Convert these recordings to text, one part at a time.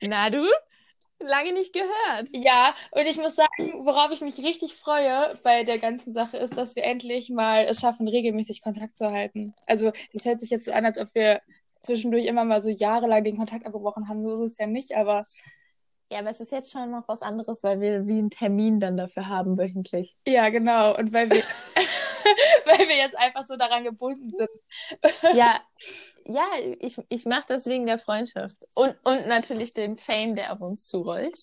Na du? Lange nicht gehört. Ja, und ich muss sagen, worauf ich mich richtig freue bei der ganzen Sache ist, dass wir endlich mal es schaffen, regelmäßig Kontakt zu halten. Also, das hört sich jetzt so an, als ob wir zwischendurch immer mal so jahrelang den Kontakt abgebrochen haben. So ist es ja nicht, aber Ja, aber es ist jetzt schon noch was anderes, weil wir wie einen Termin dann dafür haben wöchentlich. ja, genau. Und weil wir, weil wir jetzt einfach so daran gebunden sind. Ja, ja, ich mache das wegen der Freundschaft. Und natürlich dem Fame, der auf uns zurollt.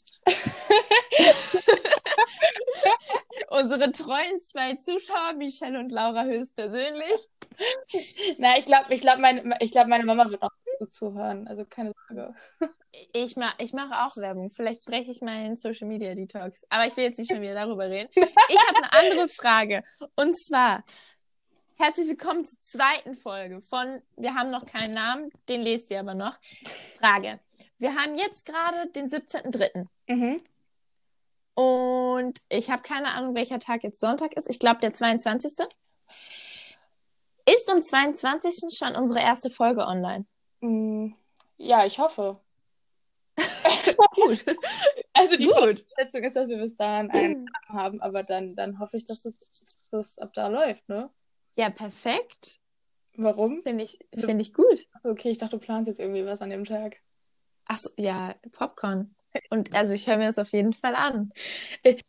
Unsere treuen zwei Zuschauer, Michelle und Laura höchstpersönlich. Ich glaube, meine Mama wird noch zuhören. Also keine Sorge. Ich mache auch Werbung. Vielleicht breche ich meinen Social Media Detox. Aber ich will jetzt nicht schon wieder darüber reden. Ich habe eine andere Frage. Und zwar, herzlich willkommen zur zweiten Folge von Wir haben noch keinen Namen, den lest ihr aber noch. Frage. Wir haben jetzt gerade den 17.03. Mhm. Und ich habe keine Ahnung, welcher Tag jetzt Sonntag ist. Ich glaube, der 22. Ist am 22. schon unsere erste Folge online? Mm, ja, ich hoffe. Gut. Also die Gut. Voraussetzung ist, dass wir bis dahin einen Namen haben, aber dann hoffe ich, dass das ab da läuft, ne? Ja, perfekt. Warum? Finde ich gut. Okay, ich dachte, du planst jetzt irgendwie was an dem Tag. Ach so, ja, Popcorn. Und also ich höre mir das auf jeden Fall an. Ich,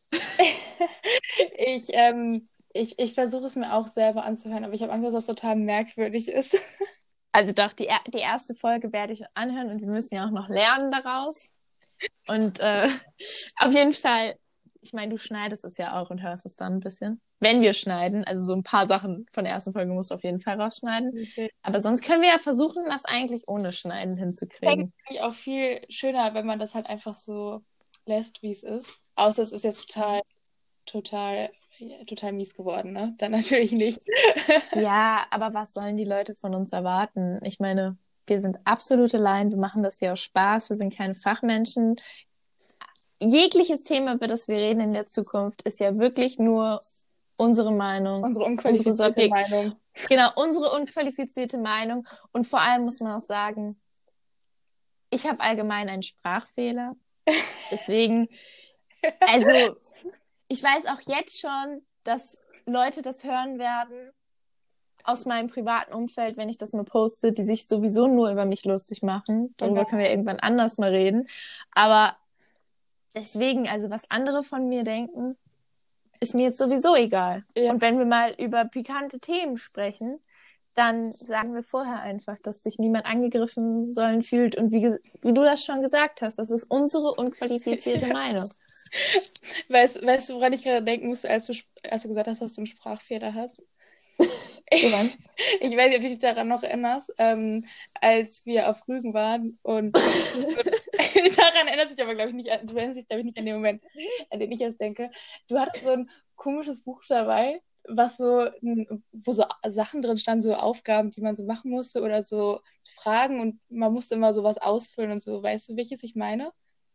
ich versuche es mir auch selber anzuhören, aber ich habe Angst, dass das total merkwürdig ist. Also doch, die erste Folge werde ich anhören und wir müssen ja auch noch lernen daraus. Und auf jeden Fall, ich meine, du schneidest es ja auch und hörst es dann ein bisschen. Wenn wir schneiden, also so ein paar Sachen von der ersten Folge musst du auf jeden Fall rausschneiden. Okay. Aber sonst können wir ja versuchen, das eigentlich ohne Schneiden hinzukriegen. Eigentlich auch viel schöner, wenn man das halt einfach so lässt, wie es ist. Außer es ist jetzt total, ja, total mies geworden, ne? Dann natürlich nicht. Ja, aber was sollen die Leute von uns erwarten? Ich meine, wir sind absolute Laien, wir machen das hier aus Spaß, wir sind keine Fachmenschen. Jegliches Thema, über das wir reden in der Zukunft, ist ja wirklich nur unsere Meinung, Unsere unsere unqualifizierte Subjekt, Meinung. genau, unsere unqualifizierte Meinung. Und vor allem muss man auch sagen, ich habe allgemein einen Sprachfehler. Deswegen, also, ich weiß auch jetzt schon, dass Leute das hören werden aus meinem privaten Umfeld, wenn ich das mal poste, die sich sowieso nur über mich lustig machen. Und Darüber können wir irgendwann anders mal reden. Aber deswegen, also was andere von mir denken, ist mir jetzt sowieso egal. ja, Und wenn wir mal über pikante Themen sprechen, dann sagen wir vorher einfach, dass sich niemand angegriffen sollen fühlt. Und wie du das schon gesagt hast, das ist unsere unqualifizierte Meinung. weißt du, woran ich gerade denken musste, als du gesagt hast, dass du einen Sprachfehler hast? Woran? Ich weiß nicht, ob du dich daran noch erinnerst, als wir auf Rügen waren und daran erinnert sich aber, glaube ich, nicht, du erinnerst dich, glaube ich, nicht an den Moment, an den ich jetzt denke. Du hattest so ein komisches Buch dabei, wo so Sachen drin standen, so Aufgaben, die man so machen musste oder so Fragen und man musste immer sowas ausfüllen und so. Weißt du, welches ich meine?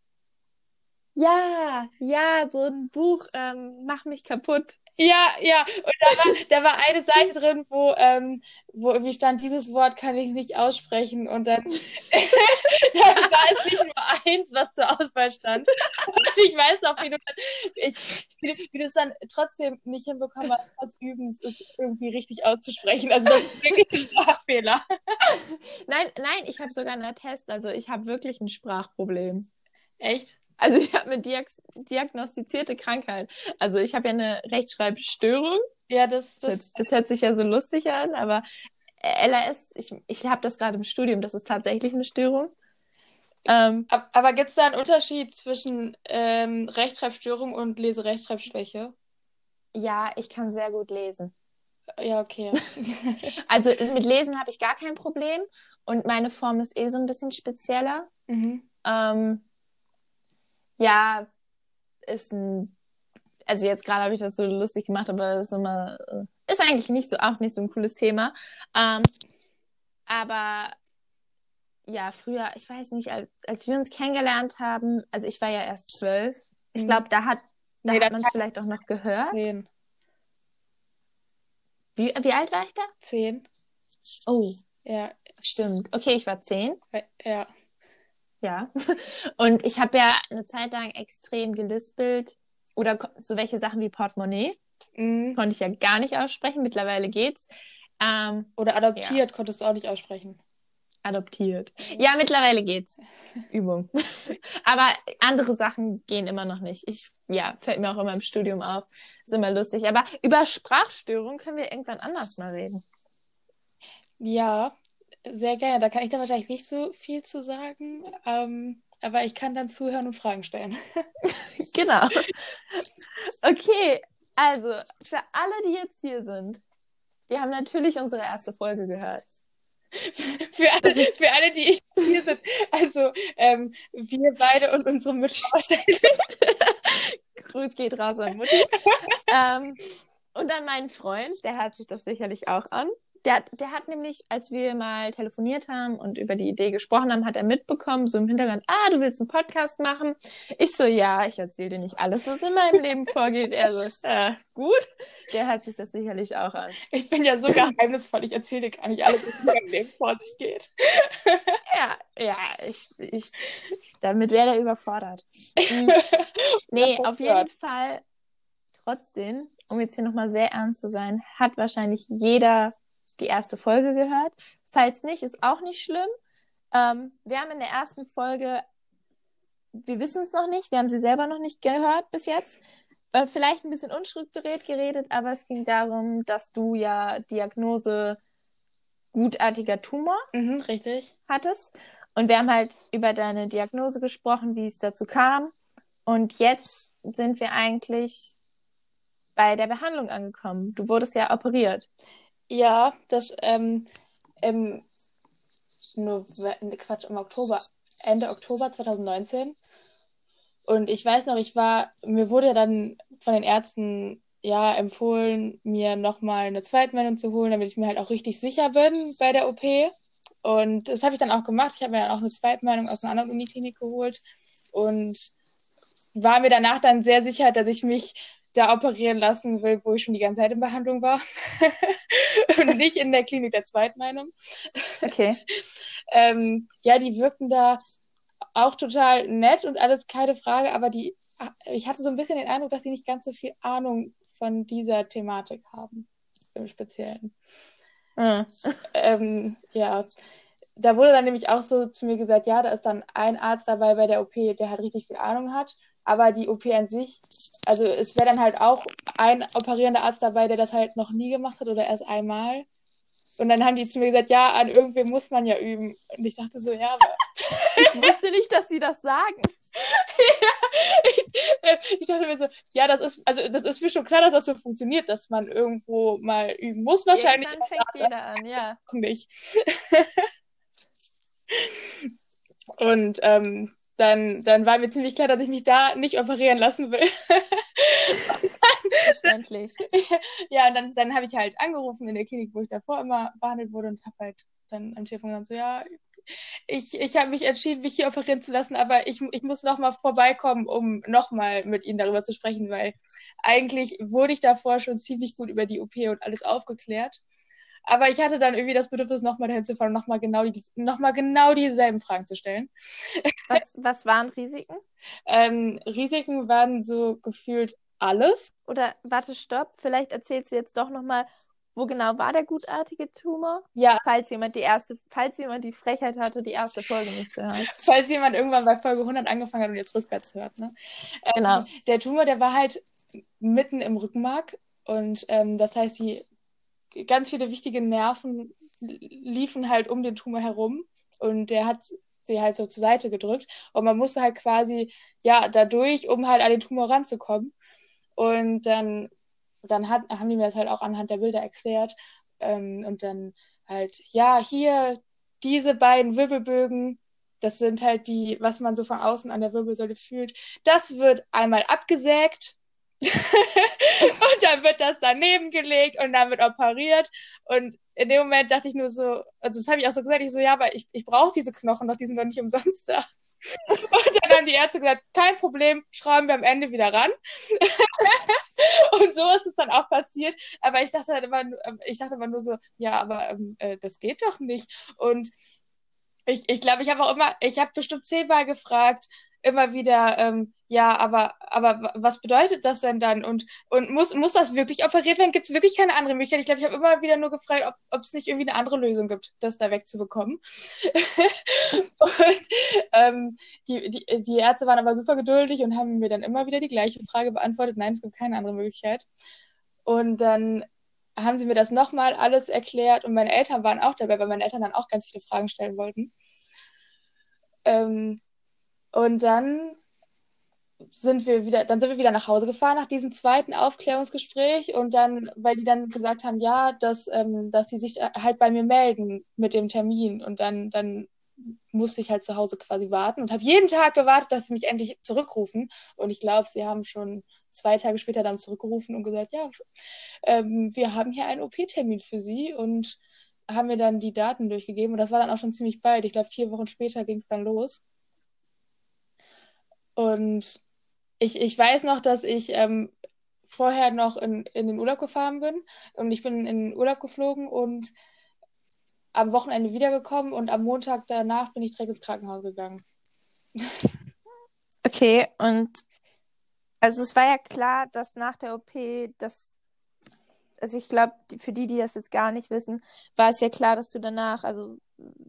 Ja, ja, so ein Buch, mach mich kaputt. Ja, ja. Und da war eine Seite drin, wo irgendwie stand, dieses Wort kann ich nicht aussprechen. Und dann, dann war es nicht nur eins, was zur Auswahl stand. Und ich weiß noch, wie du es dann trotzdem nicht hinbekommen hast, trotz Übens es irgendwie richtig auszusprechen. Also das ist wirklich ein Sprachfehler. Nein, nein, ich habe sogar einen Attest, also ich habe wirklich ein Sprachproblem. Echt? Also ich habe eine diagnostizierte Krankheit. Also ich habe ja eine Rechtschreibstörung. Ja, Das hört sich ja so lustig an, aber LAS, ich habe das gerade im Studium, das ist tatsächlich eine Störung. aber gibt es da einen Unterschied zwischen Rechtschreibstörung und Leserechtschreibschwäche? Ja, ich kann sehr gut lesen. Ja, okay. Also mit Lesen habe ich gar kein Problem und meine Form ist eh so ein bisschen spezieller. Mhm. Ähm, ja, ist ein, also jetzt gerade habe ich das so lustig gemacht, aber das ist immer, ist eigentlich auch nicht so ein cooles Thema. Ähm, aber ja, früher, ich weiß nicht, als wir uns kennengelernt haben, also ich war ja erst 12. Ich Mhm. glaube, da Nee, hat das man es kann vielleicht auch noch gehört. 10. Wie alt war ich da? 10. Oh, Ja, stimmt. Okay, ich war 10. ja. Ja. Und ich habe ja eine Zeit lang extrem gelispelt oder so welche Sachen wie Portemonnaie. Konnte ich ja gar nicht aussprechen. Mittlerweile geht's. Oder Ja, adoptiert konntest du auch nicht aussprechen. adoptiert. Ja, mittlerweile geht's. Übung. Aber andere Sachen gehen immer noch nicht. Fällt mir auch immer im Studium auf. Ist immer lustig. Aber über Sprachstörungen können wir irgendwann anders mal reden. Ja, sehr gerne. Da kann ich dann wahrscheinlich nicht so viel zu sagen. Aber ich kann dann zuhören und Fragen stellen. Genau. Okay, also für alle, die jetzt hier sind, die haben natürlich unsere erste Folge gehört. Für alle, die hier sind. Also wir beide und unsere Mütter wahrscheinlich. Grüß geht raus an Mutti. Und dann mein Freund, der hört sich das sicherlich auch an. Der hat nämlich, als wir mal telefoniert haben und über die Idee gesprochen haben, hat er mitbekommen, so im Hintergrund, du willst einen Podcast machen? Ich so, ja, ich erzähle dir nicht alles, was in meinem Leben vorgeht. Er so, gut, der hört sich das sicherlich auch an. Ich bin ja so geheimnisvoll, ich erzähle dir gar nicht alles, was in meinem Leben vor sich geht. Damit wäre er überfordert. Nee, auf jeden Fall, trotzdem, um jetzt hier nochmal sehr ernst zu sein, hat wahrscheinlich jeder die erste Folge gehört. Falls nicht, ist auch nicht schlimm. Wir haben in der ersten Folge, wir wissen es noch nicht, wir haben sie selber noch nicht gehört bis jetzt, vielleicht ein bisschen unstrukturiert geredet, aber es ging darum, dass du ja Diagnose gutartiger Tumor richtig. hattest. Und wir haben halt über deine Diagnose gesprochen, wie es dazu kam. Und jetzt sind wir eigentlich bei der Behandlung angekommen. Du wurdest ja operiert. Ja, das im Oktober, Ende Oktober 2019. Und ich weiß noch, mir wurde ja dann von den Ärzten empfohlen, mir nochmal eine Zweitmeinung zu holen, damit ich mir halt auch richtig sicher bin bei der OP. Und das habe ich dann auch gemacht. Ich habe mir dann auch eine Zweitmeinung aus einer anderen Uniklinik geholt und war mir danach dann sehr sicher, dass ich mich da operieren lassen will, wo ich schon die ganze Zeit in Behandlung war. Und nicht in der Klinik der Zweitmeinung. Okay. Die wirkten da auch total nett und alles, keine Frage, aber ich hatte so ein bisschen den Eindruck, dass sie nicht ganz so viel Ahnung von dieser Thematik haben, im Speziellen. Da wurde dann nämlich auch so zu mir gesagt, ja, da ist dann ein Arzt dabei bei der OP, der halt richtig viel Ahnung hat, aber die OP an sich, also es wäre dann halt auch ein operierender Arzt dabei, der das halt noch nie gemacht hat oder erst einmal. Und dann haben die zu mir gesagt, ja, an irgendwem muss man ja üben. Und ich dachte so, ja, aber... Ich wusste nicht, dass sie das sagen. Ich dachte mir so, ja, das ist mir schon klar, dass das so funktioniert, dass man irgendwo mal üben muss wahrscheinlich. Dann fängt jeder an, ja. Nicht. Und dann war mir ziemlich klar, dass ich mich da nicht operieren lassen will. Verständlich. Ja, und dann habe ich halt angerufen in der Klinik, wo ich davor immer behandelt wurde und habe halt dann am Telefon gesagt, so, ja, ich habe mich entschieden, mich hier operieren zu lassen, aber ich muss nochmal vorbeikommen, um nochmal mit Ihnen darüber zu sprechen, weil eigentlich wurde ich davor schon ziemlich gut über die OP und alles aufgeklärt. Aber ich hatte dann irgendwie das Bedürfnis, nochmal dahin zu fahren und nochmal genau dieselben Fragen zu stellen. Was waren Risiken? Risiken waren so gefühlt alles. Oder, warte, stopp, vielleicht erzählst du jetzt doch nochmal, wo genau war der gutartige Tumor? Ja. Falls jemand die Frechheit hatte, die erste Folge nicht zu hören. Falls jemand irgendwann bei Folge 100 angefangen hat und jetzt rückwärts hört, ne? Genau. Der Tumor, der war halt mitten im Rückenmark und das heißt, ganz viele wichtige Nerven liefen halt um den Tumor herum und der hat sie halt so zur Seite gedrückt und man musste halt quasi dadurch, um halt an den Tumor ranzukommen. Und dann haben die mir das halt auch anhand der Bilder erklärt und dann halt, ja, hier diese beiden Wirbelbögen, das sind halt die, was man so von außen an der Wirbelsäule fühlt, das wird einmal abgesägt und dann wird das daneben gelegt und dann wird operiert und in dem Moment dachte ich nur so, also das habe ich auch so gesagt, ich so, ja, aber ich brauche diese Knochen doch, die sind doch nicht umsonst da. Und dann haben die Ärzte gesagt, kein Problem, schrauben wir am Ende wieder ran. Und so ist es dann auch passiert. Aber ich dachte immer nur so, ja, aber das geht doch nicht. Und Ich glaube, ich habe bestimmt 10-mal gefragt, immer wieder, ja, aber was bedeutet das denn dann? Und muss das wirklich operiert werden? Gibt es wirklich keine andere Möglichkeit? Ich glaube, ich habe immer wieder nur gefragt, ob es nicht irgendwie eine andere Lösung gibt, das da wegzubekommen. Und die Ärzte waren aber super geduldig und haben mir dann immer wieder die gleiche Frage beantwortet. Nein, es gibt keine andere Möglichkeit. Und dann haben sie mir das nochmal alles erklärt und meine Eltern waren auch dabei, weil meine Eltern dann auch ganz viele Fragen stellen wollten. Ähm, und dann sind wir wieder nach Hause gefahren nach diesem zweiten Aufklärungsgespräch und dann, weil die dann gesagt haben, ja, dass sie sich halt bei mir melden mit dem Termin und dann musste ich halt zu Hause quasi warten und habe jeden Tag gewartet, dass sie mich endlich zurückrufen und ich glaube, sie haben schon 2 Tage später dann zurückgerufen und gesagt, ja, wir haben hier einen OP-Termin für Sie und haben mir dann die Daten durchgegeben und das war dann auch schon ziemlich bald. Ich glaube, 4 Wochen später ging es dann los. Und ich weiß noch, dass ich vorher noch in den Urlaub gefahren bin und ich bin in den Urlaub geflogen und am Wochenende wiedergekommen und am Montag danach bin ich direkt ins Krankenhaus gegangen. Okay, und also es war ja klar, dass nach der OP, also ich glaube, für die, die das jetzt gar nicht wissen, war es ja klar, dass du danach, also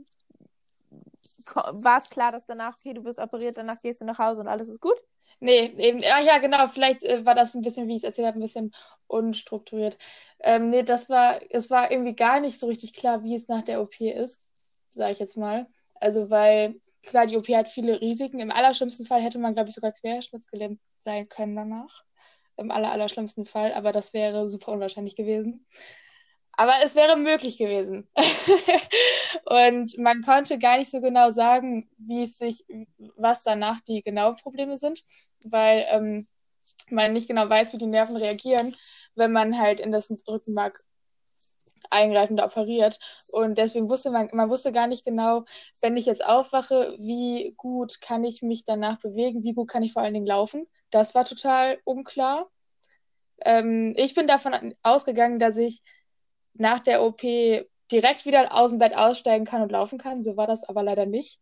war es klar, dass danach, okay, du wirst operiert, danach gehst du nach Hause und alles ist gut? Nee, eben, ja, genau, vielleicht war das ein bisschen, wie ich es erzählt habe, ein bisschen unstrukturiert. Nee, es war irgendwie gar nicht so richtig klar, wie es nach der OP ist, sage ich jetzt mal. Also, weil, klar, die OP hat viele Risiken. Im allerschlimmsten Fall hätte man, glaube ich, sogar querschnittsgelähmt sein können danach. Im allerschlimmsten Fall, aber das wäre super unwahrscheinlich gewesen. Aber es wäre möglich gewesen. Und man konnte gar nicht so genau sagen, was danach die genauen Probleme sind, weil man nicht genau weiß, wie die Nerven reagieren, wenn man halt in das Rückenmark eingreifend operiert. Und deswegen man wusste gar nicht genau, wenn ich jetzt aufwache, wie gut kann ich mich danach bewegen, wie gut kann ich vor allen Dingen laufen. Das war total unklar. Ich bin davon ausgegangen, dass ich nach der OP direkt wieder aus dem Bett aussteigen kann und laufen kann. So war das aber leider nicht.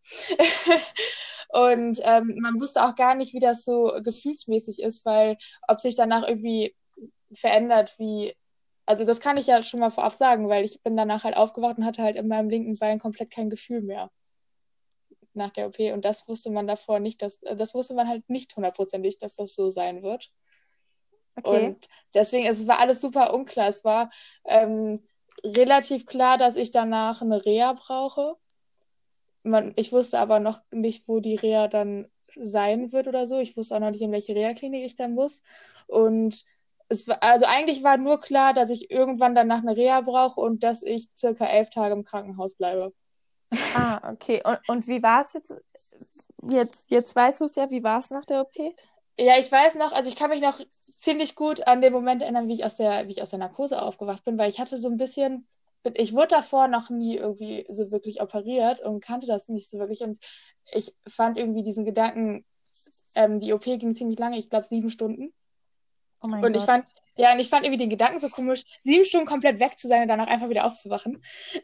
Und man wusste auch gar nicht, wie das so gefühlsmäßig ist, weil ob sich danach irgendwie verändert, also das kann ich ja schon mal vorab sagen, weil ich bin danach halt aufgewacht und hatte halt in meinem linken Bein komplett kein Gefühl mehr nach der OP. Und das wusste man davor nicht, das wusste man halt nicht hundertprozentig, dass das so sein wird. Okay. Und deswegen, es war alles super unklar. Es war relativ klar, dass ich danach eine Reha brauche. Ich wusste aber noch nicht, wo die Reha dann sein wird oder so. Ich wusste auch noch nicht, in welche Reha-Klinik ich dann muss. Und also eigentlich war nur klar, dass ich irgendwann danach eine Reha brauche und dass ich circa 11 Tage im Krankenhaus bleibe. Ah, okay. Und wie war es jetzt? Jetzt weißt du es ja, wie war es nach der OP? Ja, ich weiß noch, also ich kann mich noch ziemlich gut an den Moment erinnern, wie ich aus der Narkose aufgewacht bin, weil ich hatte so ein bisschen, ich wurde davor noch nie irgendwie so wirklich operiert und kannte das nicht so wirklich. Und ich fand irgendwie diesen Gedanken, die OP ging ziemlich lange, ich glaube 7 Stunden. Oh mein Und Gott. ich fand irgendwie den Gedanken so komisch, 7 Stunden komplett weg zu sein und danach einfach wieder aufzuwachen.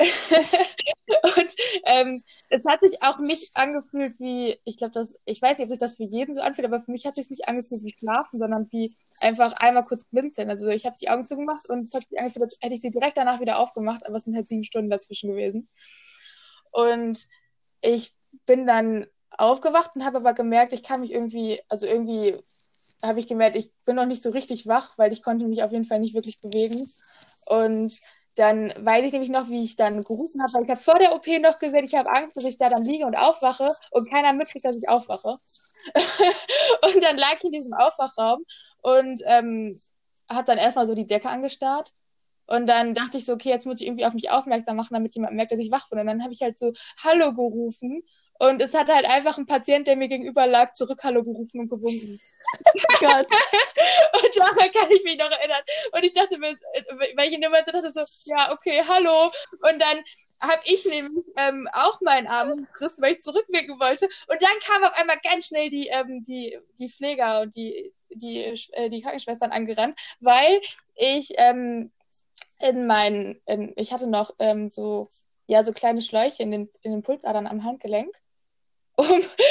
Und es hat sich auch nicht angefühlt wie, ich weiß nicht, ob sich das für jeden so anfühlt, aber für mich hat es sich nicht angefühlt wie Schlafen, sondern wie einfach einmal kurz blinzeln. Also ich habe die Augen zugemacht und es hat sich angefühlt, als hätte ich sie direkt danach wieder aufgemacht, aber es sind halt 7 Stunden dazwischen gewesen. Und ich bin dann aufgewacht und habe aber gemerkt, ich kann mich irgendwie habe ich gemerkt, ich bin noch nicht so richtig wach, weil ich konnte mich auf jeden Fall nicht wirklich bewegen. Und dann weiß ich nämlich noch, wie ich dann gerufen habe, weil ich habe vor der OP noch gesehen, ich habe Angst, dass ich da dann liege und aufwache und keiner mitkriegt, dass ich aufwache. Und dann lag ich in diesem Aufwachraum und habe dann erstmal so die Decke angestarrt. Und dann dachte ich so, okay, jetzt muss ich irgendwie auf mich aufmerksam machen, damit jemand merkt, dass ich wach bin. Und dann habe ich halt so Hallo gerufen. Und es hat halt einfach ein Patient, der mir gegenüber lag, zurück Hallo gerufen und gewunken. Gott. Und daran kann ich mich noch erinnern. Und ich dachte mir, weil ich in dem Moment so dachte, so, ja, okay, hallo. Und dann habe ich nämlich auch meinen Arm gerissen, weil ich zurückwinken wollte. Und dann kam auf einmal ganz schnell die Pfleger und die Krankenschwestern angerannt, weil ich ich hatte noch so ja, so kleine Schläuche in den Pulsadern am Handgelenk, um,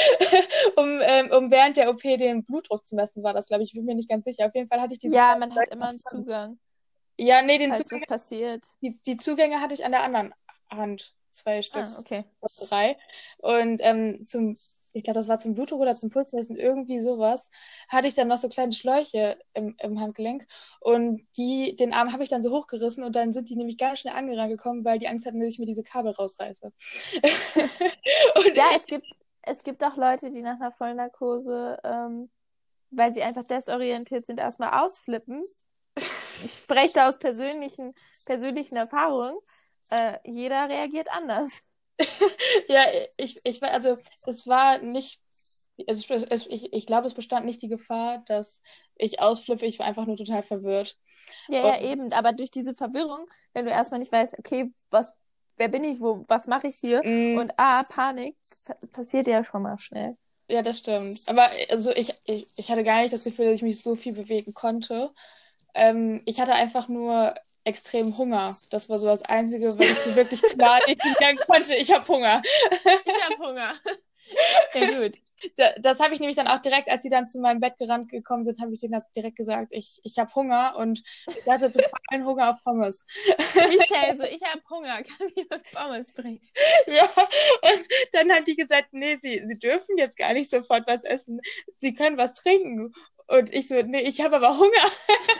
um während der OP den Blutdruck zu messen, war das, glaube ich. Ich bin mir nicht ganz sicher. Auf jeden Fall hatte ich diese Ja, kleinen man hat Schläuche immer noch einen dran. Zugang, Ja, nee, falls was passiert. die Zugänge hatte ich an der anderen Hand. 2 Stück, Ah, okay. 3. Und ich glaube, das war zum Blutdruck oder zum Pulsmessen, irgendwie sowas, hatte ich dann noch so kleine Schläuche im Handgelenk. Und den Arm habe ich dann so hochgerissen und dann sind die nämlich ganz schnell angerannt, weil die Angst hatten, dass ich mir diese Kabel rausreiße. Und Ja, es gibt auch Leute, die nach einer Vollnarkose, weil sie einfach desorientiert sind, erstmal ausflippen. Ich spreche da aus persönlichen Erfahrungen. Jeder reagiert anders. ja, also es war nicht, ich glaube, es bestand nicht die Gefahr, dass ich ausflippe. Ich war einfach nur total verwirrt. Ja, Und ja, eben. Aber durch diese Verwirrung, wenn du erstmal nicht weißt, okay, wer bin ich, was mache ich hier? mh, Und Panik, passiert ja schon mal schnell. ja, das stimmt. Aber also ich hatte gar nicht das Gefühl, dass ich mich so viel bewegen konnte. Ich hatte einfach nur extrem Hunger. Das war so das Einzige, was ich so wirklich klar definieren konnte. Ich habe Hunger. Ich habe Hunger. Ja, gut. Das habe ich nämlich dann auch direkt, als sie dann zu meinem Bett gerannt gekommen sind, habe ich denen das direkt gesagt. Ich habe Hunger und ich hatte totalen Hunger auf Pommes. Michelle, so, ich habe Hunger, kann mir Pommes bringen. Ja, und dann hat die gesagt, nee, sie dürfen jetzt gar nicht sofort was essen. Sie können was trinken. Und ich so, nee, ich habe aber Hunger.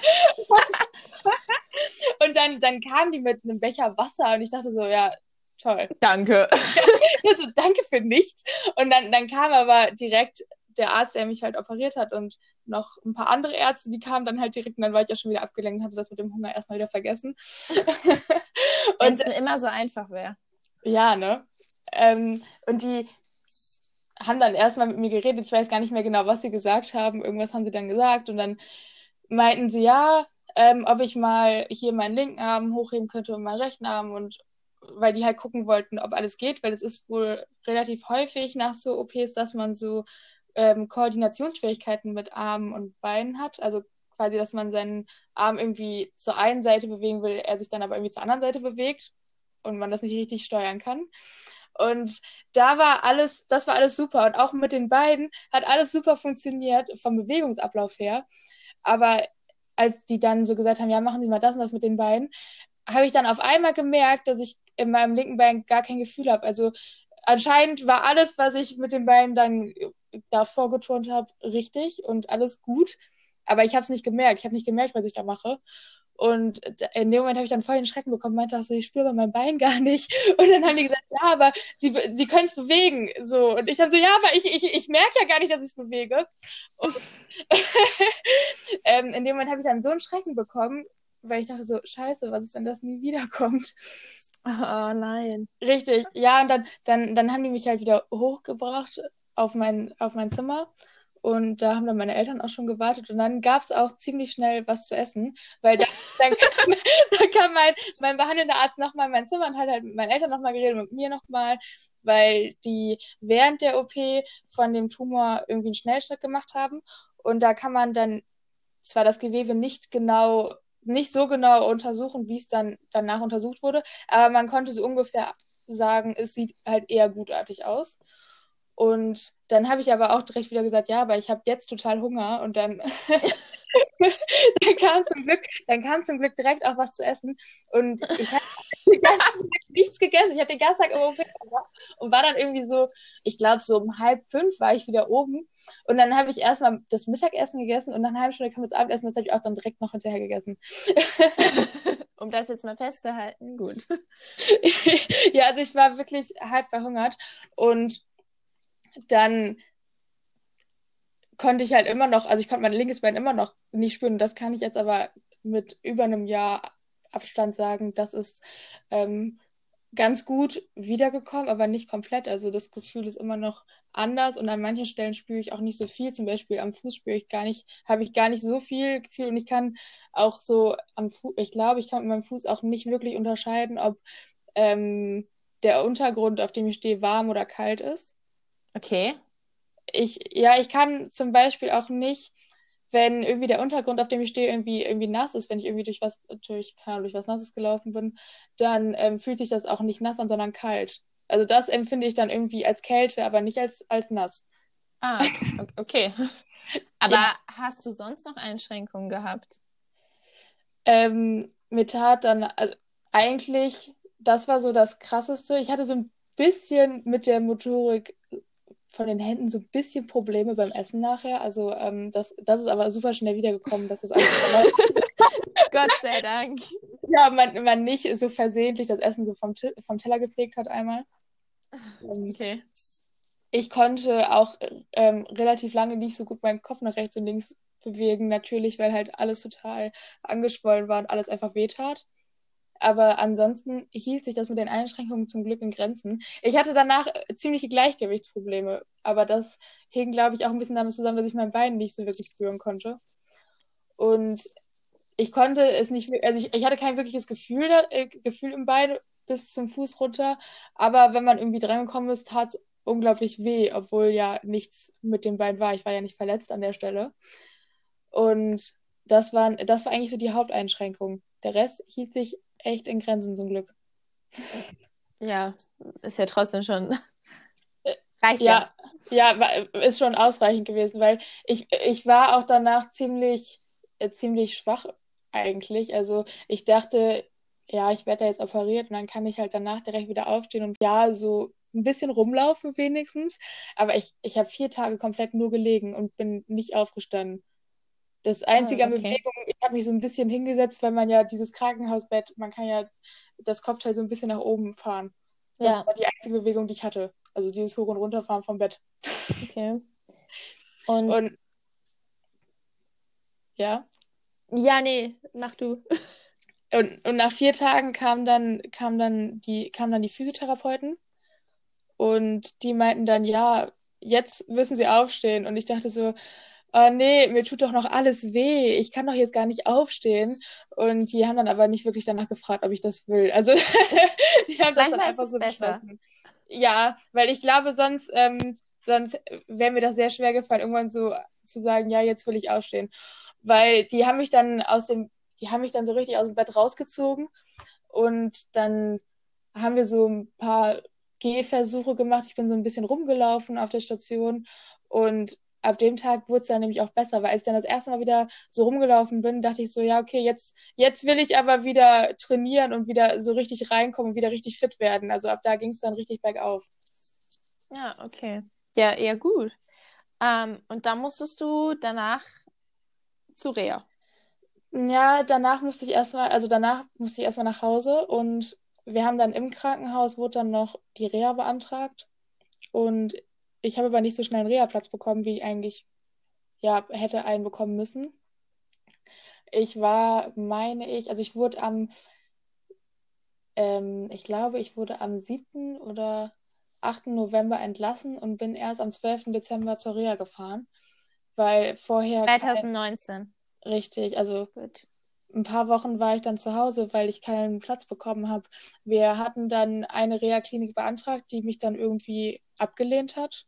Und dann kam die mit einem Becher Wasser und ich dachte so, ja, toll. Danke. Ja, so, danke für nichts. Und dann kam aber direkt der Arzt, der mich halt operiert hat und noch ein paar andere Ärzte, die kamen dann halt direkt und dann war ich ja schon wieder abgelenkt und hatte das mit dem Hunger erstmal wieder vergessen. Wenn Und es nur immer so einfach wäre. ja, ne? Und die haben dann erstmal mit mir geredet. Ich weiß gar nicht mehr genau, was sie gesagt haben. Irgendwas haben sie dann gesagt und dann meinten sie, ja, ob ich mal hier meinen linken Arm hochheben könnte und meinen rechten Arm und weil die halt gucken wollten, ob alles geht, weil es ist wohl relativ häufig nach so OPs, dass man so Koordinationsschwierigkeiten mit Armen und Beinen hat. Also quasi, dass man seinen Arm irgendwie zur einen Seite bewegen will, er sich dann aber irgendwie zur anderen Seite bewegt und man das nicht richtig steuern kann. Und das war alles super. Und auch mit den beiden hat alles super funktioniert vom Bewegungsablauf her. Aber als die dann so gesagt haben, ja, machen Sie mal das und das mit den Beinen, habe ich dann auf einmal gemerkt, dass ich in meinem linken Bein gar kein Gefühl habe. Also anscheinend war alles, was ich mit den Beinen dann davor geturnt habe, richtig und alles gut. Aber ich habe es nicht gemerkt. Ich habe nicht gemerkt, was ich da mache. Und in dem Moment habe ich dann voll den Schrecken bekommen, meinte auch so, ich spüre mein Bein gar nicht. Und dann haben die gesagt, ja, aber sie können es bewegen. So. Und ich dann so, ja, aber ich merke ja gar nicht, dass ich es bewege. Und in dem Moment habe ich dann so einen Schrecken bekommen, weil ich dachte so, scheiße, was ist, wenn das nie wiederkommt? Oh nein. Richtig, ja, und dann haben die mich halt wieder hochgebracht auf mein Zimmer. Und da haben dann meine Eltern auch schon gewartet. Und dann gab es auch ziemlich schnell was zu essen, weil dann kam, dann kam mein behandelnder Arzt nochmal in mein Zimmer und hat halt mit meinen Eltern nochmal geredet und mit mir nochmal, weil die während der OP von dem Tumor irgendwie einen Schnellschnitt gemacht haben. Und da kann man dann zwar das Gewebe nicht so genau untersuchen, wie es dann danach untersucht wurde, aber man konnte so ungefähr sagen, es sieht halt eher gutartig aus. Und dann habe ich aber auch direkt wieder gesagt, ja, aber ich habe jetzt total Hunger und dann, dann kam zum Glück direkt auch was zu essen und ich habe den ganzen Tag nichts gegessen. Ich habe den ganzen Tag im OP gemacht und war dann irgendwie so, ich glaube so um 4:30 war ich wieder oben und dann habe ich erstmal das Mittagessen gegessen und nach einer halben Stunde kam das Abendessen, das habe ich auch dann direkt noch hinterher gegessen. Um das jetzt mal festzuhalten, gut. Ja, also ich war wirklich halb verhungert und dann konnte ich halt immer noch, also ich konnte mein linkes Bein immer noch nicht spüren. Das kann ich jetzt aber mit über einem Jahr Abstand sagen, das ist ähm, ganz gut wiedergekommen, aber nicht komplett. Also das Gefühl ist immer noch anders und an manchen Stellen spüre ich auch nicht so viel. Zum Beispiel am Fuß spüre ich gar nicht, habe ich gar nicht so viel Gefühl und ich kann auch so am Fuß, ich glaube, ich kann mit meinem Fuß auch nicht wirklich unterscheiden, ob der Untergrund, auf dem ich stehe, warm oder kalt ist. Okay. Ja, ich kann zum Beispiel auch nicht wenn irgendwie der Untergrund, auf dem ich stehe, irgendwie nass ist, wenn ich irgendwie keine Ahnung, durch was Nasses gelaufen bin, dann fühlt sich das auch nicht nass an, sondern kalt. Also das empfinde ich dann irgendwie als Kälte, aber nicht als nass. Ah, okay. Ja, Aber hast du sonst noch Einschränkungen gehabt? mir tat dann, also eigentlich, das war so das Krasseste. Ich hatte so ein bisschen mit der Motorik von den Händen so ein bisschen Probleme beim Essen nachher. Also das ist aber super schnell wiedergekommen, dass das alles wieder Gott sei Dank. ja, man nicht so versehentlich das Essen so vom Teller gefegt hat einmal. Und Okay. ich konnte auch relativ lange nicht so gut meinen Kopf nach rechts und links bewegen, natürlich, weil halt alles total angeschwollen war und alles einfach wehtat. Aber ansonsten hielt sich das mit den Einschränkungen zum Glück in Grenzen. Ich hatte danach ziemliche Gleichgewichtsprobleme, aber das hing, glaube ich, auch ein bisschen damit zusammen, dass ich mein Bein nicht so wirklich spüren konnte. Und ich konnte es nicht, also ich hatte kein wirkliches Gefühl im Bein bis zum Fuß runter, aber wenn man irgendwie drangekommen ist, tat es unglaublich weh, obwohl ja nichts mit dem Bein war. Ich war ja nicht verletzt an der Stelle. Und das war eigentlich so die Haupteinschränkung. Der Rest hielt sich echt in Grenzen zum Glück. Ja, ist ja trotzdem schon. Äh, Reicht ja. Ja, ja, ist schon ausreichend gewesen, weil ich war auch danach ziemlich schwach eigentlich. Also ich dachte, ja, ich werde da jetzt operiert und dann kann ich halt danach direkt wieder aufstehen und ja, so ein bisschen rumlaufen wenigstens. Aber ich habe 4 Tage komplett nur gelegen und bin nicht aufgestanden. Das Einzige an Okay. Bewegung, ich habe mich so ein bisschen hingesetzt, weil man ja dieses Krankenhausbett, man kann ja das Kopfteil so ein bisschen nach oben fahren. Das Ja, war die einzige Bewegung, die ich hatte. Also dieses Hoch- und Runterfahren vom Bett. okay. Und Und ja, ja, nee, mach du. und nach 4 Tagen kamen dann die Physiotherapeuten und die meinten dann, ja, jetzt müssen sie aufstehen. Und ich dachte so, oh nee, mir tut doch noch alles weh. Ich kann doch jetzt gar nicht aufstehen. Und die haben dann aber nicht wirklich danach gefragt, ob ich das will. Also die haben das dann Manchmal ist einfach es so besser. beschlossen. Ja, weil ich glaube, sonst wäre mir das sehr schwer gefallen, irgendwann so zu sagen, ja, jetzt will ich aufstehen. Weil die haben mich dann so richtig aus dem Bett rausgezogen und dann haben wir so ein paar Gehversuche gemacht. Ich bin so ein bisschen rumgelaufen auf der Station und ab dem Tag wurde es dann nämlich auch besser, weil als ich dann das erste Mal wieder so rumgelaufen bin, dachte ich so, ja, okay, jetzt will ich aber wieder trainieren und wieder so richtig reinkommen und wieder richtig fit werden. Also ab da ging es dann richtig bergauf. Ja, okay. Ja, eher gut. Und dann musstest du danach zu Reha. Ja, danach musste ich erstmal nach Hause und wir haben dann im Krankenhaus, wurde dann noch die Reha beantragt und ich habe aber nicht so schnell einen Reha-Platz bekommen, wie ich eigentlich ja hätte einen bekommen müssen. Also ich glaube, ich wurde am 7. oder 8. November entlassen und bin erst am 12. Dezember zur Reha gefahren, weil vorher 2019. richtig, also Gut. ein paar Wochen war ich dann zu Hause, weil ich keinen Platz bekommen habe. Wir hatten dann eine Reha-Klinik beantragt, die mich dann irgendwie abgelehnt hat.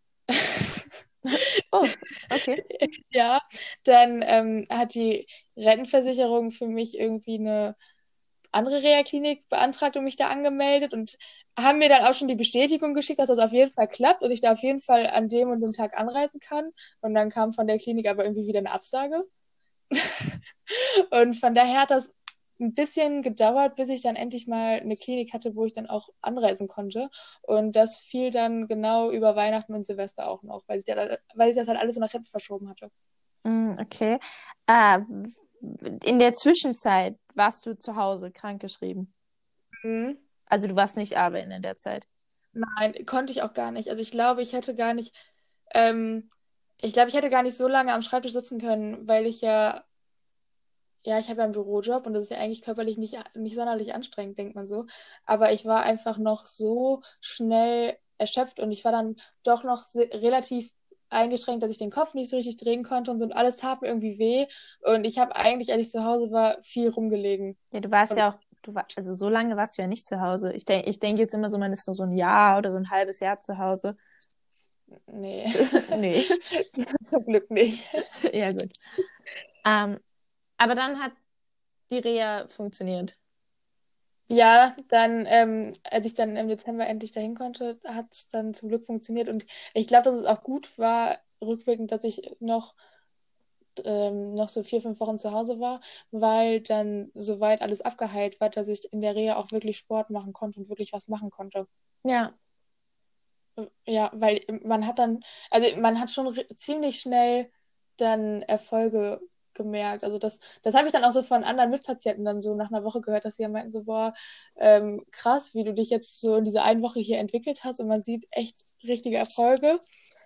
Oh, okay. Ja, dann hat die Rentenversicherung für mich irgendwie eine andere Reha-Klinik beantragt und mich da angemeldet und haben mir dann auch schon die Bestätigung geschickt, dass das auf jeden Fall klappt und ich da auf jeden Fall an dem und dem Tag anreisen kann. Und dann kam von der Klinik aber irgendwie wieder eine Absage. Und von daher hat das ein bisschen gedauert, bis ich dann endlich mal eine Klinik hatte, wo ich dann auch anreisen konnte. Und das fiel dann genau über Weihnachten und Silvester auch noch, weil ich das halt alles so nach hinten verschoben hatte. Okay. Äh, in der Zwischenzeit warst du zu Hause krankgeschrieben. Mhm. Also du warst nicht arbeiten in der Zeit. Nein, konnte ich auch gar nicht. Also ähm, ich glaube, ich hätte gar nicht so lange am Schreibtisch sitzen können, weil ich habe ja einen Bürojob und das ist ja eigentlich körperlich nicht sonderlich anstrengend, denkt man so. Aber ich war einfach noch so schnell erschöpft und ich war dann doch noch relativ eingeschränkt, dass ich den Kopf nicht so richtig drehen konnte und so und alles tat mir irgendwie weh. Und ich habe eigentlich, als ich zu Hause war, viel rumgelegen. Ja, du warst Und ja auch, also so lange warst du ja nicht zu Hause. Ich denk jetzt immer so, man ist so ein Jahr oder so ein halbes Jahr zu Hause. Nee, Nee. zum Glück nicht. Ja, gut. Aber dann hat die Reha funktioniert. Ja, dann, als ich dann im Dezember endlich dahin konnte, hat es dann zum Glück funktioniert. Und ich glaube, dass es auch gut war, rückblickend, dass ich noch so 4, 5 Wochen zu Hause war, weil dann soweit alles abgeheilt war, dass ich in der Reha auch wirklich Sport machen konnte und wirklich was machen konnte. Ja. Ja, weil man hat dann, also man hat schon ziemlich schnell dann Erfolge gemerkt. Also das habe ich dann auch so von anderen Mitpatienten dann so nach einer Woche gehört, dass sie ja meinten so, boah, krass, wie du dich jetzt so in dieser einen Woche hier entwickelt hast und man sieht echt richtige Erfolge.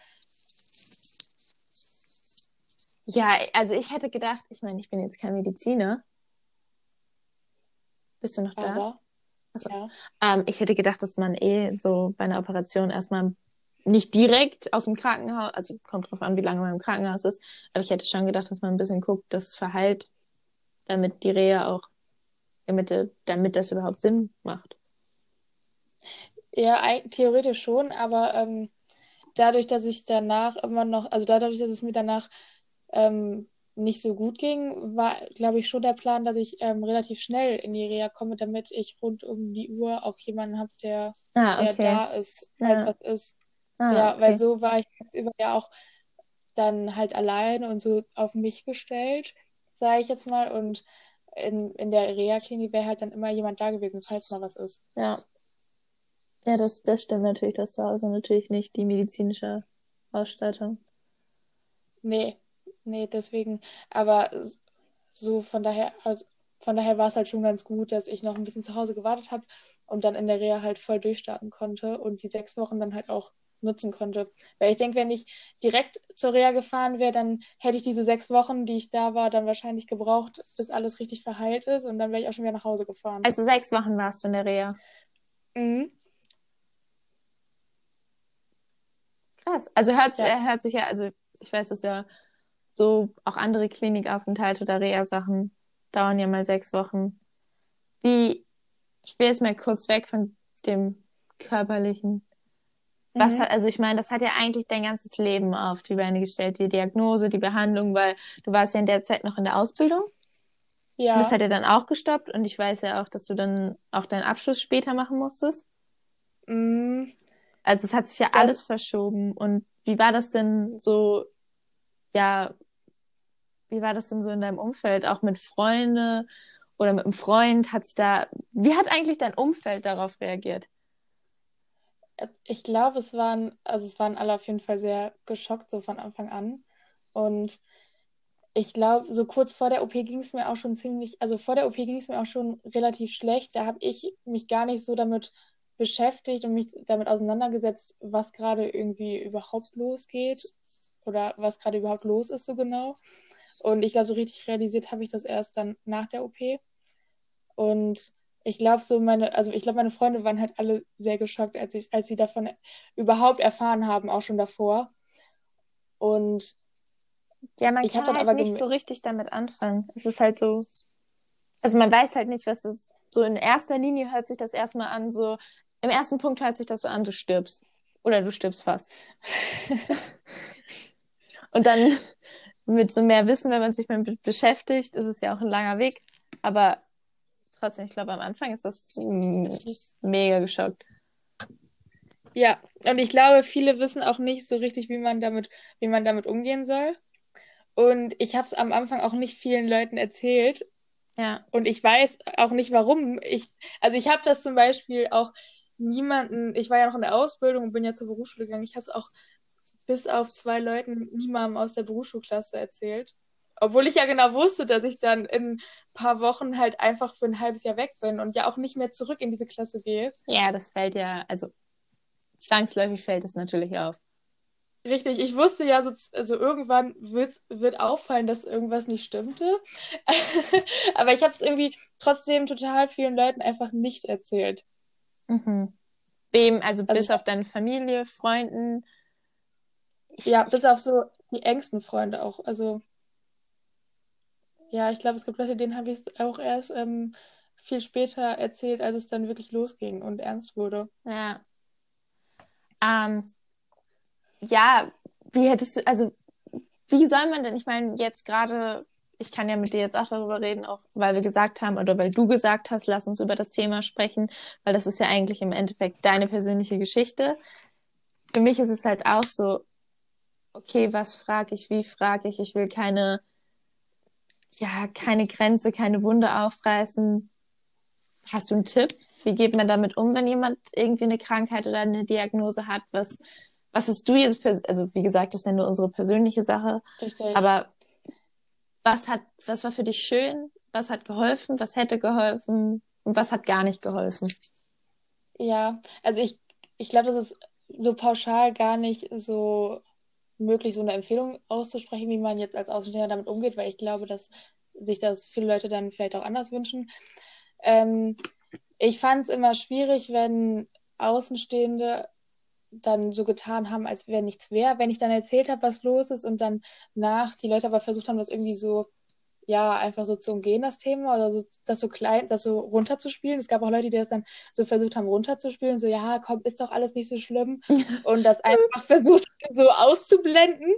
Ja, also ich hätte gedacht, ich meine, ich bin jetzt kein Mediziner. Bist du noch da? Aber, Achso. ja. Ich hätte gedacht, dass man so bei einer Operation erstmal nicht direkt aus dem Krankenhaus, also kommt drauf an, wie lange man im Krankenhaus ist, aber ich hätte schon gedacht, dass man ein bisschen guckt, das verheilt, damit die Reha auch, damit das überhaupt Sinn macht. Ja, theoretisch schon, aber dadurch, dass ich danach immer noch, also dadurch, dass es mir danach nicht so gut ging, war, glaube ich, schon der Plan, dass ich relativ schnell in die Reha komme, damit ich rund um die Uhr auch jemanden habe, Ah, der okay. da ist, falls Ja. was ist. Ah, Ja, weil okay. so war ich tagsüber ja auch dann halt allein und so auf mich gestellt, sage ich jetzt mal. Und in der Reha-Klinik wäre halt dann immer jemand da gewesen, falls mal was ist. Ja. Ja, das stimmt natürlich, das zu Hause natürlich nicht die medizinische Ausstattung. Nee, nee, deswegen, aber so von daher war es halt schon ganz gut, dass ich noch ein bisschen zu Hause gewartet habe und dann in der Reha halt voll durchstarten konnte und die 6 Wochen dann halt auch nutzen konnte. Weil ich denke, wenn ich direkt zur Reha gefahren wäre, dann hätte ich diese 6 Wochen, die ich da war, dann wahrscheinlich gebraucht, bis alles richtig verheilt ist und dann wäre ich auch schon wieder nach Hause gefahren. Also 6 Wochen warst du in der Reha. Mhm. Krass. Also Ja. hört sich ja, also ich weiß es ja, so auch andere Klinikaufenthalte oder Reha-Sachen dauern ja mal 6 Wochen. Wie, ich will jetzt mal kurz weg von dem Körperlichen. Mhm. Also ich meine, das hat ja eigentlich dein ganzes Leben auf die Beine gestellt, die Diagnose, die Behandlung, weil du warst ja in der Zeit noch in der Ausbildung und das Ja. hat ja dann auch gestoppt und ich weiß ja auch, dass du dann auch deinen Abschluss später machen musstest. Mhm. Also es hat sich ja Das, alles verschoben und wie war das denn so, ja, wie war das denn so in deinem Umfeld, auch mit Freunde oder mit einem Freund? Wie hat eigentlich dein Umfeld darauf reagiert? ich glaube, es waren alle auf jeden Fall sehr geschockt, so von Anfang an. Und ich glaube, so kurz vor der OP ging es mir auch schon ziemlich, also vor der OP ging es mir auch schon relativ schlecht. Da habe ich mich gar nicht so damit beschäftigt und mich damit auseinandergesetzt, was gerade irgendwie überhaupt losgeht oder was gerade überhaupt los ist, so genau. Und ich glaube, so richtig realisiert habe ich das erst dann nach der OP. Und ich glaube, also ich glaube, meine Freunde waren halt alle sehr geschockt, als sie davon überhaupt erfahren haben, auch schon davor. Und Ja, man ich habe kann dann halt aber nicht so richtig damit anfangen. Es ist halt so, also man weiß halt nicht, was es so in erster Linie hört sich das erstmal an, so im ersten Punkt hört sich das so an, du stirbst. Oder du stirbst fast. Und dann mit so mehr Wissen, wenn man sich damit beschäftigt, ist es ja auch ein langer Weg. Aber trotzdem, ich glaube, am Anfang ist das mega geschockt. ja, und ich glaube, viele wissen auch nicht so richtig, wie man damit umgehen soll. Und ich habe es am Anfang auch nicht vielen Leuten erzählt. Ja. Und ich weiß auch nicht, warum. Also ich habe das zum Beispiel auch ich war ja noch in der Ausbildung und bin ja zur Berufsschule gegangen. Ich habe es auch bis auf 2 Leuten niemandem aus der Berufsschulklasse erzählt. Obwohl ich ja genau wusste, dass ich dann in ein paar Wochen halt einfach für ein halbes Jahr weg bin und ja auch nicht mehr zurück in diese Klasse gehe. Ja, das fällt ja, also zwangsläufig fällt es natürlich auf. Richtig, ich wusste ja, also irgendwann wird auffallen, dass irgendwas nicht stimmte. Aber ich habe es irgendwie trotzdem total vielen Leuten einfach nicht erzählt. Mhm. Wem, also Also bis auf deine Familie, Freunden. ja, bis auf so die engsten Freunde auch. Also ja, ich glaube, es gibt Leute, denen habe ich es auch erst viel später erzählt, als es dann wirklich losging und ernst wurde. Ja. Ähm, ja, wie soll man denn, ich meine, jetzt gerade, ich kann ja mit dir jetzt auch darüber reden, auch weil wir gesagt haben oder weil du gesagt hast, lass uns über das Thema sprechen, weil das ist ja eigentlich im Endeffekt deine persönliche Geschichte. Für mich ist es halt auch so, okay, was frage ich, wie frage ich? Ich will keine Grenze, keine Wunde aufreißen. Hast du einen Tipp? Wie geht man damit um, wenn jemand irgendwie eine Krankheit oder eine Diagnose hat? Was hast du jetzt, also wie gesagt, das ist ja nur unsere persönliche Sache, Richtig. aber was war für dich schön? Was hat geholfen? Was hätte geholfen? Und was hat gar nicht geholfen? Ja, also ich glaube, das ist so pauschal gar nicht so möglich, so eine Empfehlung auszusprechen, wie man jetzt als Außenstehender damit umgeht, weil ich glaube, dass sich das viele Leute dann vielleicht auch anders wünschen. Ähm, Ich fand es immer schwierig, wenn Außenstehende dann so getan haben, als wäre nichts wäre, wenn ich dann erzählt habe, was los ist und dann die Leute aber versucht haben, das irgendwie so, ja, einfach so zu umgehen, das Thema, oder so, das so runterzuspielen. Es gab auch Leute, die das dann so versucht haben, runterzuspielen, so, ja, komm, ist doch alles nicht so schlimm. Und das einfach versucht so auszublenden.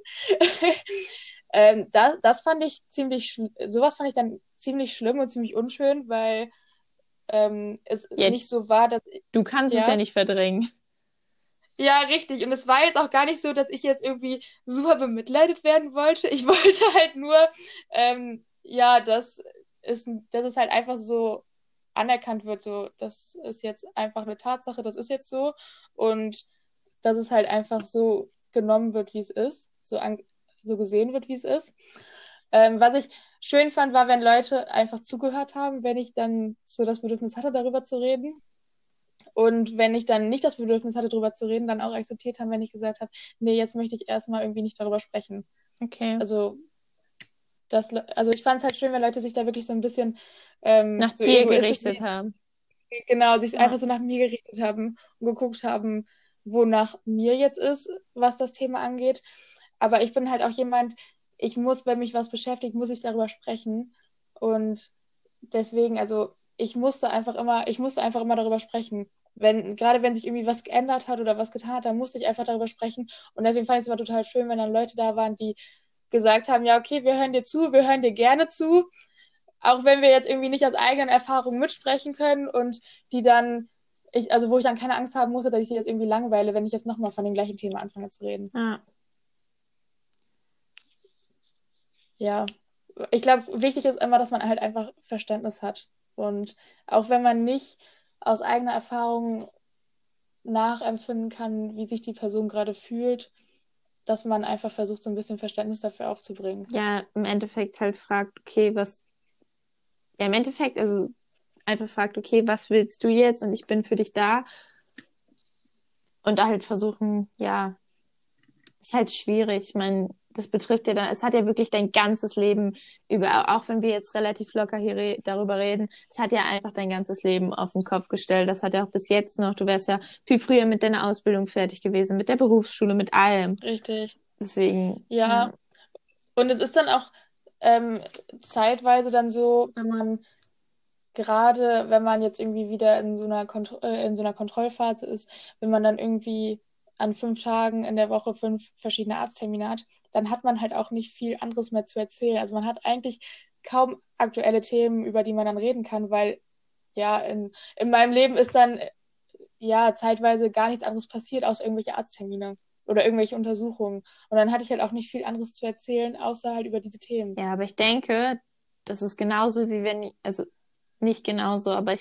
Das fand ich sowas fand ich dann ziemlich schlimm und ziemlich unschön, weil es Ja, nicht so war, dass, du kannst es ja ja, nicht verdrängen. ja, richtig. Und es war jetzt auch gar nicht so, dass ich jetzt irgendwie super bemitleidet werden wollte. Ich wollte halt nur, ja, dass es halt einfach so anerkannt wird, so, das ist jetzt einfach eine Tatsache, das ist jetzt so. Und dass es halt einfach so genommen wird, wie es ist, so gesehen wird, wie es ist. Was ich schön fand, war, wenn Leute einfach zugehört haben, wenn ich dann so das Bedürfnis hatte, darüber zu reden. Und wenn ich dann nicht das Bedürfnis hatte, darüber zu reden, dann auch akzeptiert haben, wenn ich gesagt habe, nee, jetzt möchte ich erstmal irgendwie nicht darüber sprechen. Okay. Also, also ich fand es halt schön, wenn Leute sich da wirklich so ein bisschen Nach so dir egoistisch, gerichtet haben. genau, sich Ja. einfach so nach mir gerichtet haben und geguckt haben, wonach mir jetzt ist, was das Thema angeht. Aber ich bin halt auch jemand, wenn mich was beschäftigt, muss ich darüber sprechen. Und deswegen, also ich musste einfach immer darüber sprechen. Gerade wenn sich irgendwie was geändert hat oder was getan hat, dann musste ich einfach darüber sprechen. Und deswegen fand ich es immer total schön, wenn dann Leute da waren, die gesagt haben, ja, okay, wir hören dir zu, wir hören dir gerne zu, auch wenn wir jetzt irgendwie nicht aus eigenen Erfahrungen mitsprechen können und die dann, also wo ich dann keine Angst haben musste, dass ich sie jetzt irgendwie langweile, wenn ich jetzt nochmal von dem gleichen Thema anfange zu reden. Ja. Ja, ich glaube, wichtig ist immer, dass man halt einfach Verständnis hat. Und auch wenn man nicht aus eigener Erfahrung nachempfinden kann, wie sich die Person gerade fühlt, dass man einfach versucht, so ein bisschen Verständnis dafür aufzubringen. Ja, im Endeffekt halt fragt, okay, ja, im Endeffekt, also einfach fragt, okay, was willst du jetzt? Und ich bin für dich da. Und da halt versuchen, ja, ist halt schwierig. Ich meine, das betrifft ja dann, es hat ja wirklich dein ganzes Leben über, auch wenn wir jetzt relativ locker hier darüber reden, es hat ja einfach dein ganzes Leben auf den Kopf gestellt. Das hat ja auch bis jetzt noch, du wärst ja viel früher mit deiner Ausbildung fertig gewesen, mit der Berufsschule, mit allem. Richtig. Deswegen, Ja, ja, und es ist dann auch ähm, zeitweise dann so, wenn man jetzt irgendwie wieder in so einer Kontrollphase ist, wenn man dann irgendwie an 5 Tagen in der Woche 5 verschiedene Arzttermine hat, dann hat man halt auch nicht viel anderes mehr zu erzählen. Also man hat eigentlich kaum aktuelle Themen, über die man dann reden kann, weil ja, in meinem Leben ist dann ja zeitweise gar nichts anderes passiert, außer irgendwelche Arzttermine oder irgendwelche Untersuchungen. Und dann hatte ich halt auch nicht viel anderes zu erzählen, außer halt über diese Themen. ja, aber ich denke, das ist genauso wie wenn, also nicht genauso, aber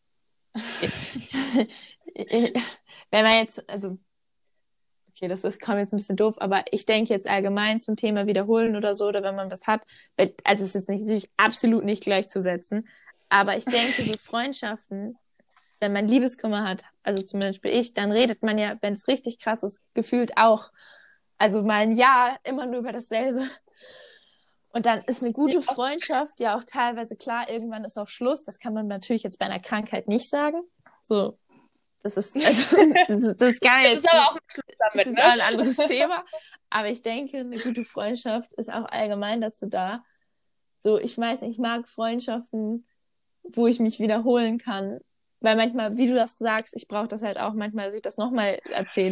wenn man jetzt, also okay, kommt jetzt ein bisschen doof, aber ich denke jetzt allgemein zum Thema Wiederholen oder so, oder wenn man was hat, also es ist jetzt nicht, natürlich absolut nicht gleichzusetzen, aber ich denke, so Freundschaften, wenn man Liebeskummer hat, also zum Beispiel ich, dann redet man ja, wenn es richtig krass ist, gefühlt auch, also mal ein Jahr immer nur über dasselbe. Und dann ist eine gute Ja, Freundschaft ja auch teilweise klar, irgendwann ist auch Schluss. Das kann man natürlich jetzt bei einer Krankheit nicht sagen. So, das ist, also, das kann das ist jetzt, aber auch ein Schluss das damit, ist ne? auch ein anderes Thema. Aber ich denke, eine gute Freundschaft ist auch allgemein dazu da. So, ich weiß, ich mag Freundschaften, wo ich mich wiederholen kann. Weil manchmal, wie du das sagst, ich brauche das halt auch manchmal, dass ich das nochmal erzähle.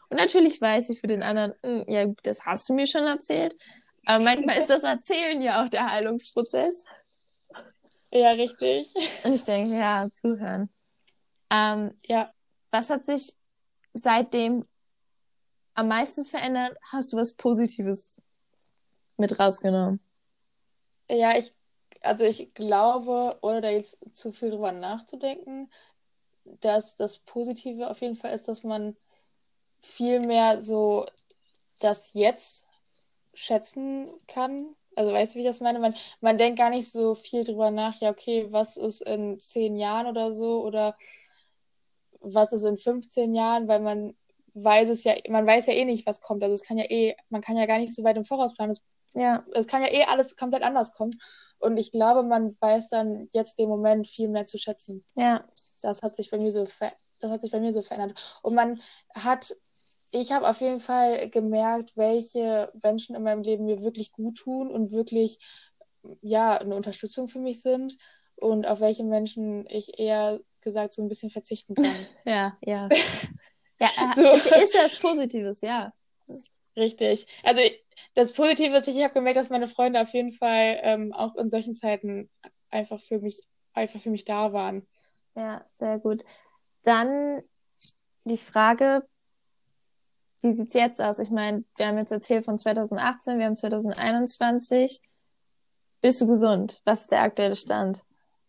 Und natürlich weiß ich für den anderen, ja, das hast du mir schon erzählt. Aber manchmal ist das Erzählen ja auch der Heilungsprozess. Ja, richtig. Und ich denke, ja, zuhören. Ja. Was hat sich seitdem am meisten verändert? Hast du was Positives mit rausgenommen? Ja, also ich glaube, ohne da jetzt zu viel drüber nachzudenken, dass das Positive auf jeden Fall ist, dass man viel mehr so das Jetzt schätzen kann. Also weißt du, wie ich das meine? Man denkt gar nicht so viel drüber nach, ja, okay, was ist in 10 Jahren oder so oder was ist in 15 Jahren, weil man weiß ja eh nicht, was kommt. Also es kann ja man kann ja gar nicht so weit im Voraus planen. Ja, Es kann ja eh alles komplett anders kommen. Und ich glaube, man weiß dann jetzt den Moment viel mehr zu schätzen. ja, Das hat sich bei mir das hat sich bei mir so verändert. Und ich habe auf jeden Fall gemerkt, welche Menschen in meinem Leben mir wirklich gut tun und wirklich, ja, eine Unterstützung für mich sind und auf welche Menschen ich eher gesagt so ein bisschen verzichten kann. ja, ja. Ja, So, es ist ja was Positives, ja. richtig. Also das Positive ist, ich habe gemerkt, dass meine Freunde auf jeden Fall auch in solchen Zeiten einfach einfach für mich da waren. Ja, sehr gut. Dann die Frage, wie sieht's jetzt aus? Ich meine, wir haben jetzt erzählt von 2018, wir haben 2021. Bist du gesund? Was ist der aktuelle Stand?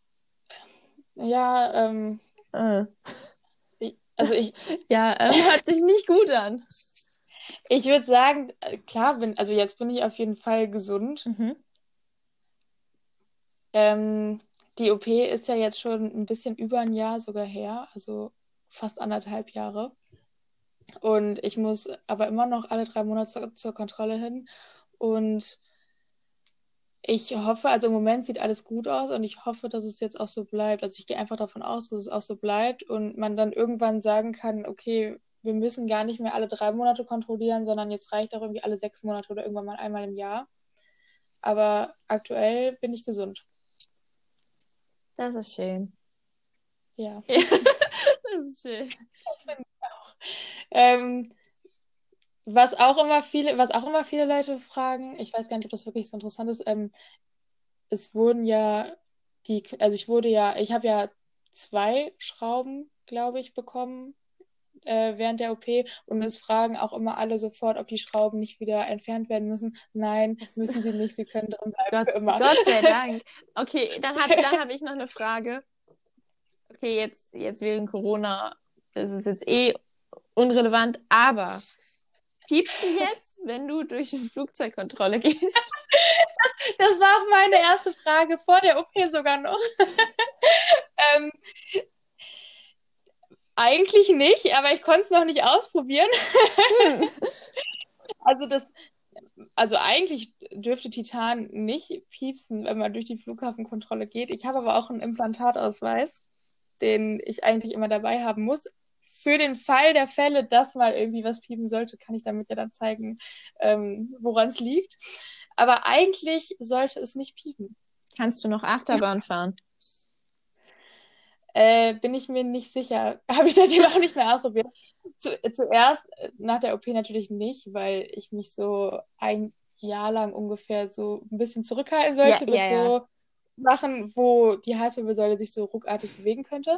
Ja, Äh. also ich, Ja, hört sich nicht gut an. ich würde sagen, klar also jetzt bin ich auf jeden Fall gesund. Mhm. Ähm, Die OP ist ja jetzt schon ein bisschen über ein Jahr sogar her, also fast 1,5 Jahre. Und ich muss aber immer noch alle 3 Monate zur Kontrolle hin. Und ich hoffe, also im Moment sieht alles gut aus und ich hoffe, dass es jetzt auch so bleibt. Also ich gehe einfach davon aus, dass es auch so bleibt und man dann irgendwann sagen kann, okay, wir müssen gar nicht mehr alle 3 Monate kontrollieren, sondern jetzt reicht auch irgendwie alle 6 Monate oder irgendwann mal einmal im Jahr. Aber aktuell bin ich gesund. Das ist schön. Ja. Ja, das ist schön. Ähm, was auch immer viele Leute fragen, ich weiß gar nicht, ob das wirklich so interessant ist, es wurden ja ich habe ja 2 Schrauben, glaube ich, bekommen während der OP und es fragen auch immer alle sofort, ob die Schrauben nicht wieder entfernt werden müssen. Nein, müssen sie nicht, sie können drin bleiben Gott, für immer. Gott sei Dank. Okay, dann hab ich noch eine Frage. Okay, jetzt während Corona, das ist jetzt eh unrelevant, aber piepst du jetzt, wenn du durch eine Flugzeugkontrolle gehst? Das war auch meine erste Frage vor der OP sogar noch. ähm, Eigentlich nicht, aber ich konnte es noch nicht ausprobieren. Hm. Also also eigentlich dürfte Titan nicht piepsen, wenn man durch die Flughafenkontrolle geht. Ich habe aber auch einen Implantatausweis, den ich eigentlich immer dabei haben muss. Für den Fall der Fälle, dass mal irgendwie was piepen sollte, kann ich damit ja dann zeigen, woran es liegt. Aber eigentlich sollte es nicht piepen. Kannst du noch Achterbahn fahren? Bin ich mir nicht sicher. Habe ich seitdem auch nicht mehr ausprobiert. Zuerst nach der OP natürlich nicht, weil ich mich so ein Jahr lang ungefähr so ein bisschen zurückhalten Ja, sollte mit ja, ja. so Sachen, wo die Halswirbelsäule sich so ruckartig bewegen könnte.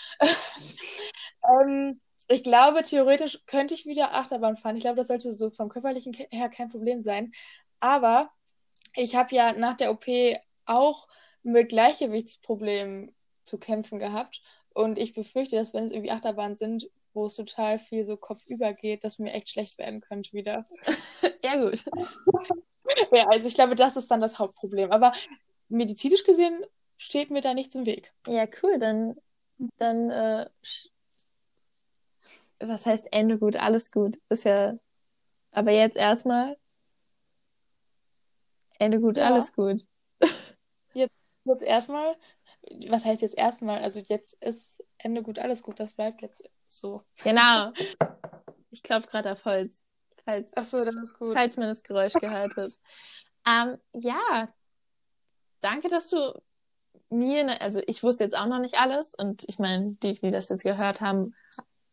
Ich glaube, theoretisch könnte ich wieder Achterbahn fahren. Ich glaube, das sollte so vom körperlichen her kein Problem sein. Aber ich habe ja nach der OP auch mit Gleichgewichtsproblemen zu kämpfen gehabt. Und ich befürchte, dass wenn es irgendwie Achterbahnen sind, wo es total viel so kopfüber geht, dass mir echt schlecht werden könnte wieder. Ja, gut. Ja, also ich glaube, das ist dann das Hauptproblem. Aber medizinisch gesehen steht mir da nichts im Weg. Ja, cool. Dann, was heißt Ende gut? Alles gut. Ist ja, aber jetzt erstmal Ende gut, Ja, alles gut. jetzt, jetzt erstmal, was heißt jetzt erstmal? Also jetzt ist Ende gut, alles gut, das bleibt jetzt so. Genau. Ich klopfe gerade auf Holz, falls, Ach so, das ist gut. falls man das Geräusch gehört hat. Ja, danke, dass du mir, also ich wusste jetzt auch noch nicht alles und ich meine, die das jetzt gehört haben,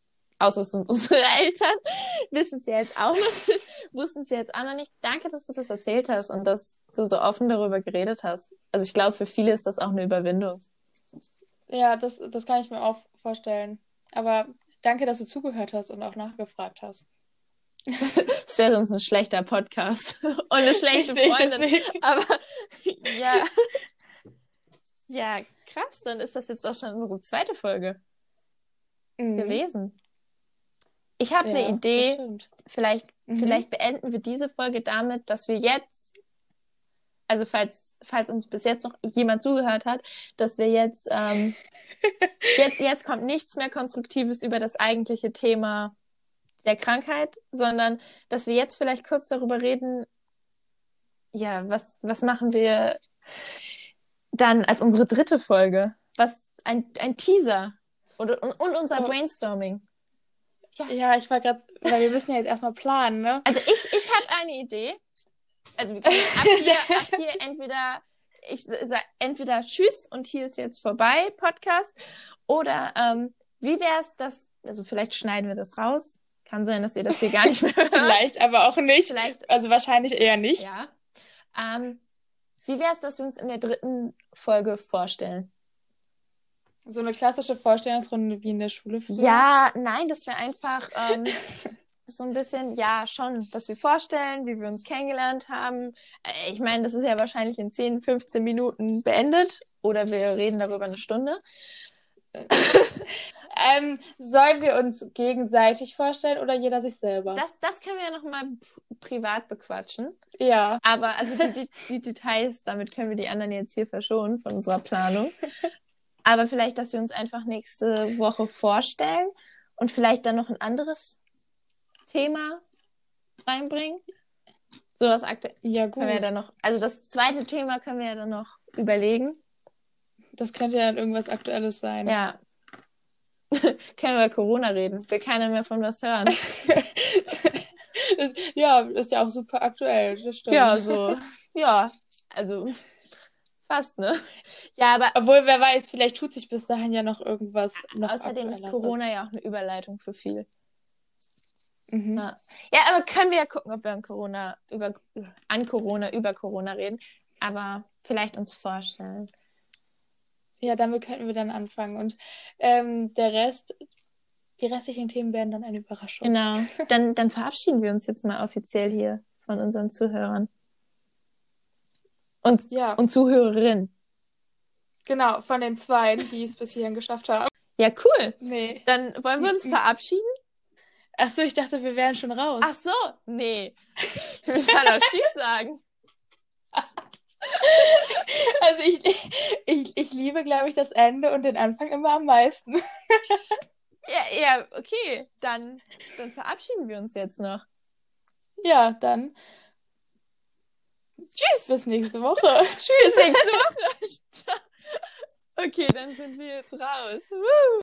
außer es sind unsere Eltern, wissen es ja jetzt auch noch, wussten es ja jetzt auch noch nicht. Danke, dass du das erzählt hast und dass du so offen darüber geredet hast. Also ich glaube, für viele ist das auch eine Überwindung. Ja, das kann ich mir auch vorstellen. Aber danke, dass du zugehört hast und auch nachgefragt hast. Das wäre sonst ein schlechter Podcast und eine schlechte Richtig, Freundin. deswegen. Aber ja. Ja, krass, dann ist das jetzt auch schon unsere zweite Folge gewesen. Ich habe eine Ja, das Idee. stimmt. Vielleicht beenden wir diese Folge damit, dass wir jetzt, also falls uns bis jetzt noch jemand zugehört hat, dass wir jetzt, jetzt kommt nichts mehr Konstruktives über das eigentliche Thema der Krankheit, sondern dass wir jetzt vielleicht kurz darüber reden, ja, was machen wir dann als unsere dritte Folge? Ein Teaser und unser Brainstorming. Ja, ich war gerade, weil wir müssen ja jetzt erstmal planen, ne? Also ich habe eine Idee. Also wir können ab hier entweder Tschüss und hier ist jetzt vorbei, Podcast. Oder wie wäre es, also vielleicht schneiden wir das raus. Kann sein, dass ihr das hier gar nicht mehr hört. Vielleicht, aber auch nicht. Vielleicht. Also wahrscheinlich eher nicht. Ja. Wie wäre es, dass wir uns in der dritten Folge vorstellen? So eine klassische Vorstellungsrunde wie in der Schule früher. Ja, nein, dass wir einfach so ein bisschen, ja, schon, dass wir vorstellen, wie wir uns kennengelernt haben. Ich meine, das ist ja wahrscheinlich in 10, 15 Minuten beendet. Oder wir reden darüber eine Stunde. Sollen wir uns gegenseitig vorstellen oder jeder sich selber? Das können wir ja nochmal privat bequatschen. Ja. Aber also die Details, damit können wir die anderen jetzt hier verschonen von unserer Planung. Aber vielleicht, dass wir uns einfach nächste Woche vorstellen und vielleicht dann noch ein anderes Thema reinbringen. Sowas aktuell. Ja, gut. Können wir dann noch, also das zweite Thema können wir ja dann noch überlegen. Das könnte ja irgendwas Aktuelles sein. Ja. Können wir über Corona reden. Will keiner mehr von was hören. Ist ja auch super aktuell, das stimmt. Also fast, ne? Ja, aber... Obwohl, wer weiß, vielleicht tut sich bis dahin ja noch irgendwas. Außerdem ist Corona ja auch eine Überleitung für viel. Mhm. Ja, aber können wir ja gucken, ob wir über Corona reden. Aber vielleicht uns vorstellen. Ja, damit könnten wir dann anfangen. Und die restlichen Themen werden dann eine Überraschung. Genau. Dann verabschieden wir uns jetzt mal offiziell hier von unseren Zuhörern. Und Zuhörerinnen. Genau, von den zwei, die es bis hierhin geschafft haben. Ja, cool. Nee. Dann wollen wir uns verabschieden? Ach so, ich dachte, wir wären schon raus. Ach so, nee. Wir müssen doch Tschüss sagen. Also ich liebe, glaube ich, das Ende und den Anfang immer am meisten. Ja, okay. Dann verabschieden wir uns jetzt noch. Ja, dann. Tschüss. Bis nächste Woche. Tschüss. Bis nächste Woche. Okay, dann sind wir jetzt raus.